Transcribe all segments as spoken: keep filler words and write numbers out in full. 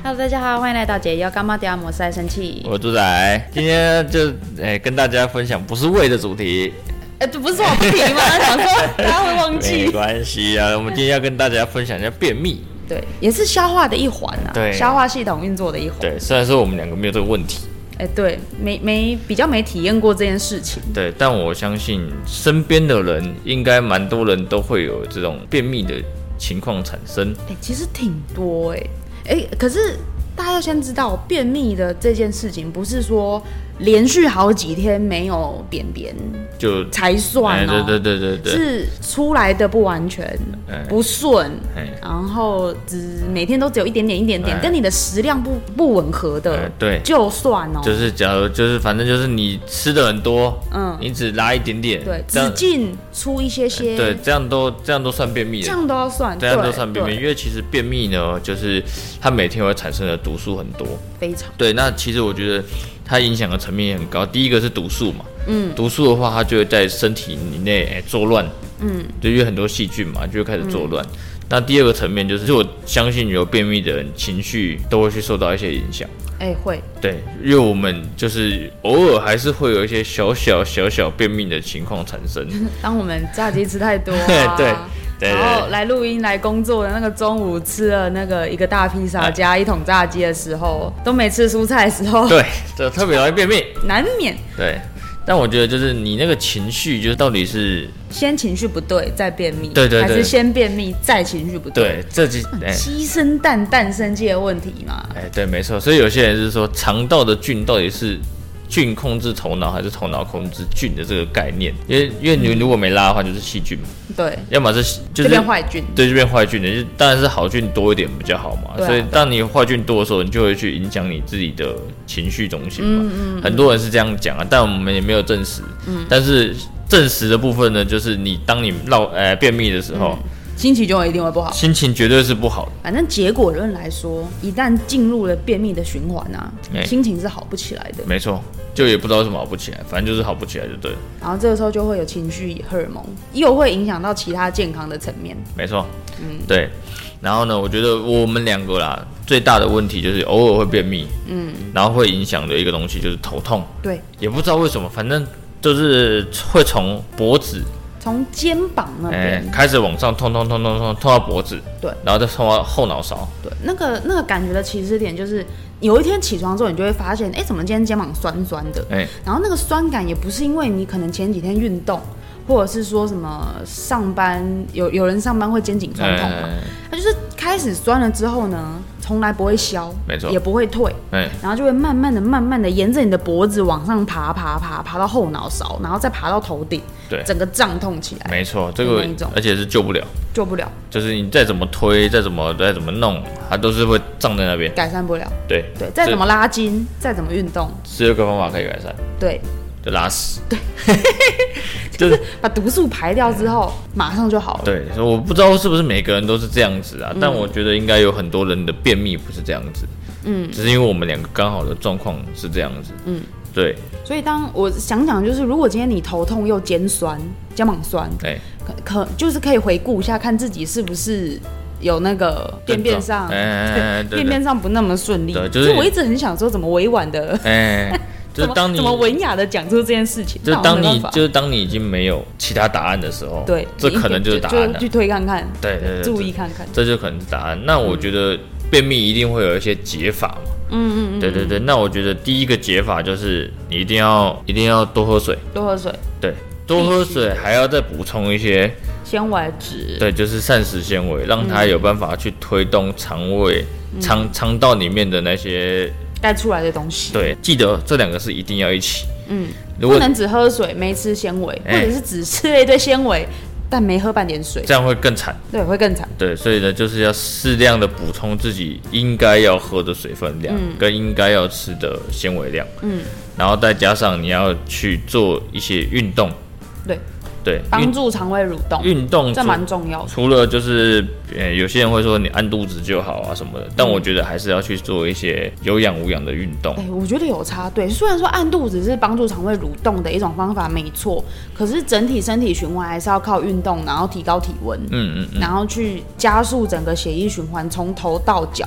Hello， 大家好，欢迎来到解忧干妈爹摩斯爱生气。 我是猪仔，今天就、欸、跟大家分享不是胃的主题。 哎、欸，这不是我不提吗？想说大家会忘记。 没关系啊，我们今天要跟大家分享一下便秘。 对，也是消化的一环啊。 对， 消化系统运作的一环。 对，虽然说我们两个没有这个问题。 哎、欸，对，没没比较没体验过这件事情。 对，但我相信身边的人应该蛮多人都会有这种便秘的情况产生。 哎、欸，其实挺多哎、欸。哎、欸，可是大家要先知道，便秘的这件事情不是说连续好几天没有便便就才算哦、喔。 对对对对对， 是出来的不完全、欸、不顺，然后只每天都只有一点点一点点，欸、跟你的食量不不吻合的，欸、 对， 就算哦、喔。 就是假如就是反正就是你吃的很多，嗯，你只拉一点点， 对，只进出一些些， 对，这样都这样都算便秘的， 这样都要算， 这样都算便秘，因为其实便秘呢，就是它每天会产生的毒素很多， 非常对。那其实我觉得它影响的层面也很高。第一个是毒素嘛，嗯，毒素的话，它就会在身体内哎作乱，嗯，就因为很多细菌嘛，就会开始作乱。嗯、那第二个层面就是，我相信有便秘的人，情绪都会去受到一些影响。 哎、欸，会， 对，因为我们就是偶尔还是会有一些小小小小便秘的情况产生。 当我们炸鸡吃太多、啊， 对。对对对， 然后来录音来工作的那个中午吃了那个一个大披萨加一桶炸鸡的时候，都没吃蔬菜的时候， 对，这特别容易便秘， 难免。 对，但我觉得就是你那个情绪，就是到底是先情绪不对再便秘， 对对对， 还是先便秘再情绪不对？ 对，这就鸡生蛋蛋生鸡的问题嘛。 哎，对，没错。所以有些人是说，肠道的菌到底是菌控制头脑还是头脑控制菌的这个概念，因为因为你如果没拉的话，就是细菌嘛。对，要么是就是这边坏菌， 对，这边坏菌的，就当然是好菌多一点比较好嘛。啊、所以当你坏菌多的时候，你就会去影响你自己的情绪中心嘛。嗯嗯嗯、很多人是这样讲啊，但我们也没有证实。嗯，但是证实的部分呢，就是你当你闹呃便秘的时候。嗯， 心情就一定会不好， 心情绝对是不好的。 反正结果论来说，一旦进入了便秘的循环啊，欸、心情是好不起来的。 没错，就也不知道为什么好不起来，反正就是好不起来就对了。 然后这个时候就会有情绪荷尔蒙，又会影响到其他健康的层面。 没错，嗯，对。然后呢，我觉得我们两个啦，最大的问题就是偶尔会便秘，嗯，然后会影响的一个东西就是头痛。对，也不知道为什么，反正就是会从脖子。 从肩膀那边、欸、 开始往上痛痛痛痛痛痛到脖子，对，然后再痛到后脑勺， 对，那个那个感觉的起始点就是有一天起床之后，你就会发现，哎、欸，怎么今天肩膀酸酸的？哎、欸，然后那个酸感也不是因为你可能前几天运动，或者是说什么上班有有人上班会肩颈酸痛嘛，它、欸、就是开始酸了之后呢，从来不会消，没错，也不会退，欸、然后就会慢慢的、慢慢的沿着你的脖子往上爬、爬、爬、爬到后脑勺，然后再爬到头顶。对，整个胀痛起来， 没错，这个而且是救不了， 救不了， 就是你再怎么推，再怎么再怎么弄，它都是会胀在那边， 改善不了。对对， 再怎么拉筋，再怎么运动， 只有一个方法可以改善， 对， 就拉屎。 对，就是把毒素排掉之后，马上就好了。 对，我不知道是不是每个人都是这样子啊，嗯、但我觉得应该有很多人的便秘不是这样子，嗯，只是因为我们两个刚好的状况是这样子，嗯。对， 所以当我想讲，就是如果今天你头痛又肩酸、肩膀酸，欸、可可就是可以回顾一下，看自己是不是有那个便便上，欸、便便上不那么顺利。对，就是所以我一直很想说，怎么委婉的，欸、就是当你怎么文雅的讲出这件事情， 就是当你就是当你已经没有其他答案的时候，对，这可能就是答案了， 就去推看看， 对对对， 注意看看， 这就可能是答案。那我觉得便秘一定会有一些解法嘛。嗯嗯嗯，对对对，那我觉得第一个解法就是你一定要一定要多喝水， 多喝水， 对，多喝水还要再补充一些纤维质， 对，就是膳食纤维，让它有办法去推动肠胃、嗯、肠肠道里面的那些带出来的东西。 对，记得这两个是一定要一起，嗯， 不能只喝水没吃纤维，欸、或者是只吃了一堆纤维。但没喝半点水， 这样会更惨。对， 会更惨。 对，所以呢，就是要适量的补充自己应该要喝的水分量，嗯、跟应该要吃的纤维量。嗯，然后再加上你要去做一些运动。对。对， 帮助肠胃蠕动， 运动这蛮重要的。 除了就是呃，有些人会说你按肚子就好啊什么的，但我觉得还是要去做一些有氧无氧的运动。 哎、欸，我觉得有差。对，虽然说按肚子是帮助肠胃蠕动的一种方法，没错，可是整体身体循环还是要靠运动，然后提高体温，嗯嗯嗯，然后去加速整个血液循环，从头到脚。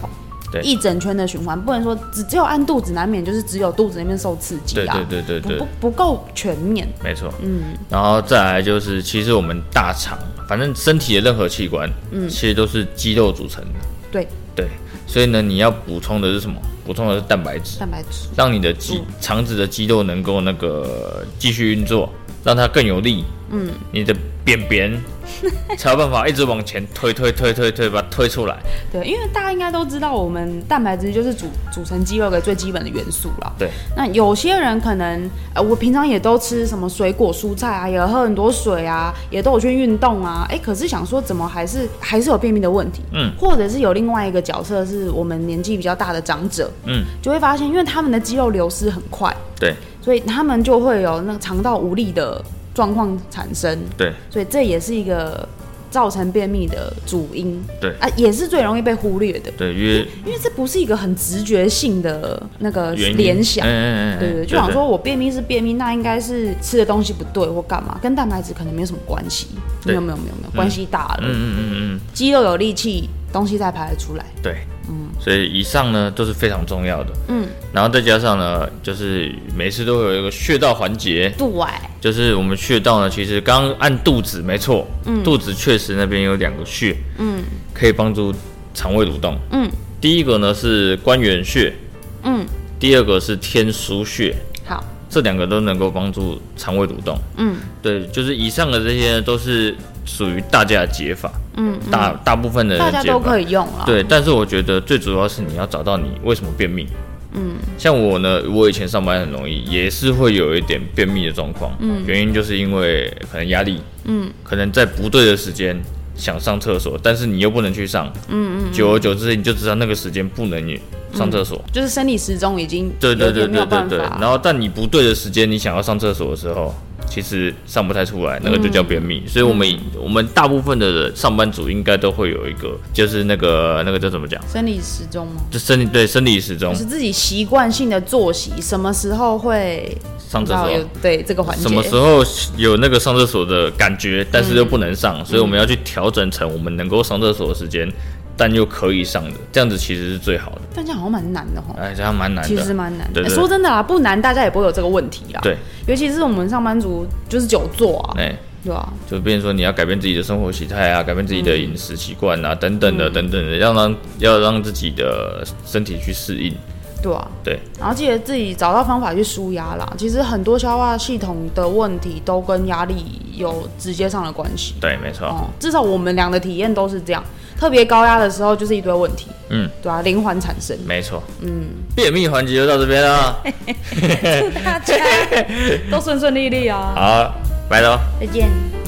对， 一整圈的循环，不能说只只有按肚子，难免就是只有肚子那边受刺激啊， 对对对对对， 不不不够全面， 没错，嗯，然后再来就是，其实我们大肠，反正身体的任何器官，嗯，其实都是肌肉组成的， 对对，所以呢，你要补充的是什么？补充的是蛋白质， 蛋白质， 让你的肌肠子的肌肉能够那个继续运作，让它更有力，嗯，你的便便才有办法一直往前推推推推推，把它推出来。 对，因为大家应该都知道，我们蛋白质就是组组成肌肉的最基本的元素啦。 对。 那有些人可能，呃，我平常也都吃什么水果蔬菜啊，也喝很多水啊，也都有去运动啊，哎，可是想说怎么还是还是有便秘的问题？嗯。或者是有另外一个角色是我们年纪比较大的长者，嗯，就会发现，因为他们的肌肉流失很快， 对， 所以他们就会有那个肠道无力的状况产生， 对， 所以这也是一个造成便秘的主因， 对啊，也是最容易被忽略的， 对，因为因为这不是一个很直觉性的那个联想，嗯嗯嗯，对对，就想说我便秘是便秘，那应该是吃的东西不对或干嘛，跟蛋白质可能没有什么关系，没有没有没有没有，关系大了，嗯嗯嗯嗯，肌肉有力气，东西才排得出来， 对。嗯，所以以上呢都是非常重要的。嗯，然后再加上呢，就是每次都会有一个穴道环节。 对， 就是我们穴道呢，其实刚刚按肚子没错，嗯，肚子确实那边有两个穴，嗯，可以帮助肠胃蠕动。嗯，第一个呢是关元穴，嗯，第二个是天枢穴。 好， 这两个都能够帮助肠胃蠕动。嗯，对，就是以上的这些呢都是属于大家的解法。嗯，大大部分的人大家都可以用了。 对，但是我觉得最主要是你要找到你为什么便秘。嗯，像我呢，我以前上班很容易，也是会有一点便秘的状况。嗯，原因就是因为可能压力，嗯，可能在不对的时间想上厕所，但是你又不能去上。嗯嗯，久而久之，你就知道那个时间不能上厕所， 嗯、就是生理时钟已经对对对对对对。然后，但你不对的时间，你想要上厕所的时候。其实上不太出来，那个就叫便秘。嗯、所以我们、嗯、我们大部分的上班族应该都会有一个，就是那个那个叫怎么讲？ 生理时钟吗？ 就生理对生理时钟， 就是自己习惯性的作息，什么时候会上厕所？ 对这个环节， 什么时候有那个上厕所的感觉，但是又不能上，嗯、所以我们要去调整成我们能够上厕所的时间。但又可以上的，这样子其实是最好的。 但这样好像蛮难的哈。 哎，这样蛮难的， 其实蛮难的。 对对对欸、说真的啦，不难，大家也不会有这个问题啦。 对， 尤其是我们上班族就是久坐啊，哎、欸，对啊， 就变成说你要改变自己的生活习态啊，改变自己的饮食习惯啊，嗯、等等的，等等的，要让要让自己的身体去适应。 对啊， 对， 然后记得自己找到方法去舒压啦。其实很多消化系统的问题都跟压力有直接上的关系。 对，没错。 哦、嗯，至少我们俩的体验都是这样。特别高压的时候，就是一堆问题。嗯，对啊，连环产生。 没错。嗯，便秘环节就到这边了。 祝大家都顺顺利利啊！ 好，拜喽， 再见。